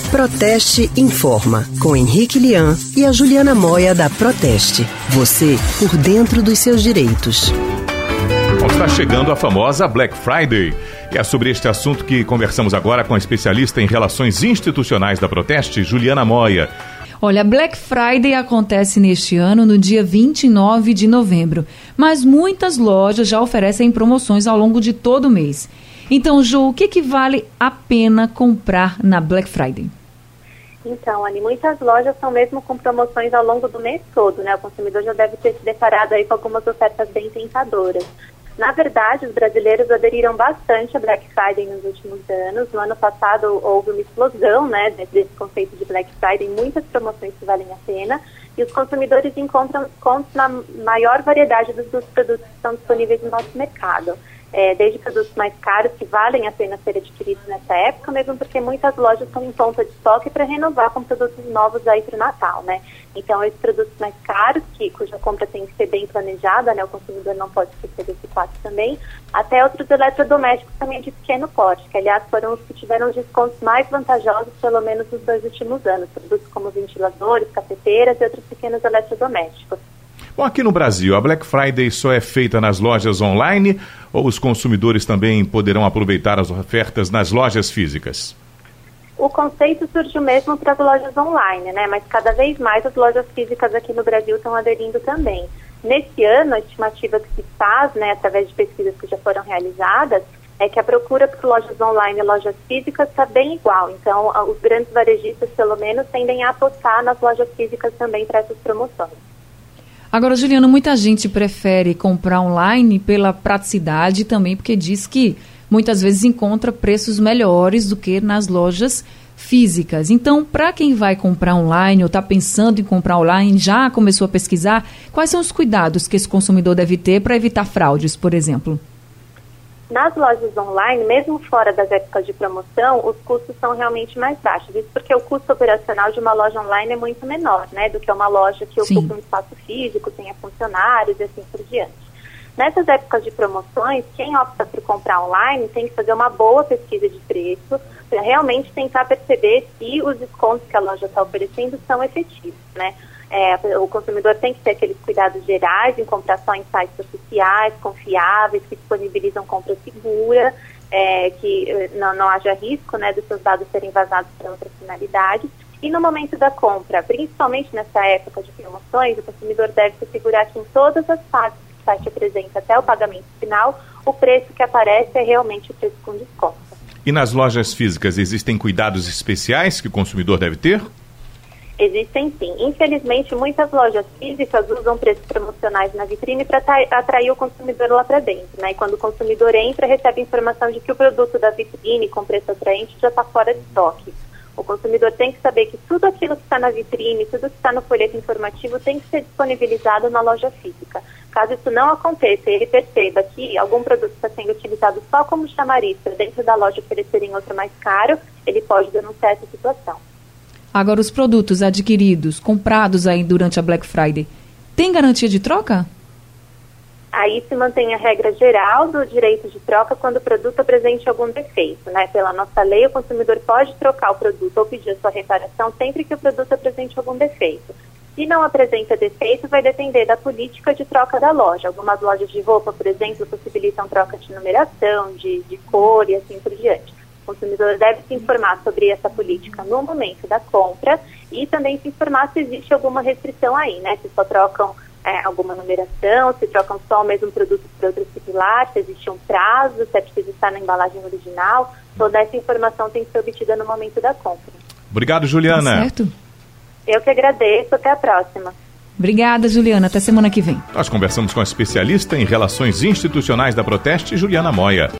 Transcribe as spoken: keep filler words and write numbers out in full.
Proteste Informa, com Henrique Lian e a Juliana Moia da Proteste. Você por dentro dos seus direitos. Bom, está chegando a famosa Black Friday. E é sobre este assunto que conversamos agora com a especialista em relações institucionais da Proteste, Juliana Moia. Olha, Black Friday acontece neste ano no dia vinte e nove de novembro, mas muitas lojas já oferecem promoções ao longo de todo o mês. Então, Ju, o que, que vale a pena comprar na Black Friday? Então, Anny, muitas lojas estão mesmo com promoções ao longo do mês todo, né? O consumidor já deve ter se deparado aí com algumas ofertas bem tentadoras. Na verdade, os brasileiros aderiram bastante à Black Friday nos últimos anos. No ano passado houve uma explosão, né, desse conceito de Black Friday, muitas promoções que valem a pena, e os consumidores encontram descontos na maior variedade dos, dos produtos que estão disponíveis no nosso mercado. É, desde produtos mais caros que valem a pena ser adquiridos nessa época, mesmo porque muitas lojas estão em ponta de estoque para renovar com produtos novos aí para o Natal, né? Então, esses produtos mais caros, que, cuja compra tem que ser bem planejada, né? O consumidor não pode esquecer desse fato também, até outros eletrodomésticos também de pequeno porte, que aliás foram os que tiveram descontos mais vantajosos, pelo menos nos dois últimos anos, produtos como ventiladores, cafeteiras e outros pequenos eletrodomésticos. Bom, aqui no Brasil, a Black Friday só é feita nas lojas online ou os consumidores também poderão aproveitar as ofertas nas lojas físicas? O conceito surgiu mesmo para as lojas online, né? Mas cada vez mais as lojas físicas aqui no Brasil estão aderindo também. Nesse ano, a estimativa que se faz, né, através de pesquisas que já foram realizadas, é que a procura por lojas online e lojas físicas está bem igual. Então, os grandes varejistas, pelo menos, tendem a apostar nas lojas físicas também para essas promoções. Agora, Juliana, muita gente prefere comprar online pela praticidade e também porque diz que muitas vezes encontra preços melhores do que nas lojas físicas. Então, para quem vai comprar online ou está pensando em comprar online, já começou a pesquisar, quais são os cuidados que esse consumidor deve ter para evitar fraudes, por exemplo? Nas lojas online, mesmo fora das épocas de promoção, os custos são realmente mais baixos. Isso porque o custo operacional de uma loja online é muito menor, né, do que uma loja que Sim. ocupa um espaço físico, tenha funcionários e assim por diante. Nessas épocas de promoções, quem opta por comprar online tem que fazer uma boa pesquisa de preço para realmente tentar perceber se os descontos que a loja está oferecendo são efetivos, né? É, o consumidor tem que ter aqueles cuidados gerais em comprar só em sites oficiais, confiáveis, que disponibilizam compra segura, é, que não, não haja risco, né, dos seus dados serem vazados para outras finalidades. E no momento da compra, principalmente nessa época de promoções, o consumidor deve se assegurar que em todas as fases que o site apresenta até o pagamento final, o preço que aparece é realmente o preço com desconto. E nas lojas físicas existem cuidados especiais que o consumidor deve ter? Existem sim. Infelizmente, muitas lojas físicas usam preços promocionais na vitrine para atrair o consumidor lá para dentro, né? E quando o consumidor entra, recebe a informação de que o produto da vitrine com preço atraente já está fora de estoque. O consumidor tem que saber que tudo aquilo que está na vitrine, tudo que está no folheto informativo tem que ser disponibilizado na loja física. Caso isso não aconteça e ele perceba que algum produto está sendo utilizado só como chamariz para dentro da loja oferecerem outro mais caro, ele pode denunciar essa situação. Agora, os produtos adquiridos, comprados aí durante a Black Friday, tem garantia de troca? Aí se mantém a regra geral do direito de troca quando o produto apresente algum defeito, né? Pela nossa lei, o consumidor pode trocar o produto ou pedir a sua reparação sempre que o produto apresente algum defeito. Se não apresenta defeito, vai depender da política de troca da loja. Algumas lojas de roupa, por exemplo, possibilitam troca de numeração, de, de cor e assim por diante. O consumidor deve se informar sobre essa política no momento da compra e também se informar se existe alguma restrição aí, né? Se só trocam é, alguma numeração, se trocam só o mesmo produto por outro similar, se existe um prazo, se é preciso estar na embalagem original. Toda essa informação tem que ser obtida no momento da compra. Obrigado, Juliana. Tá certo. Eu que agradeço. Até a próxima. Obrigada, Juliana. Até semana que vem. Nós conversamos com a especialista em relações institucionais da Proteste, Juliana Moia.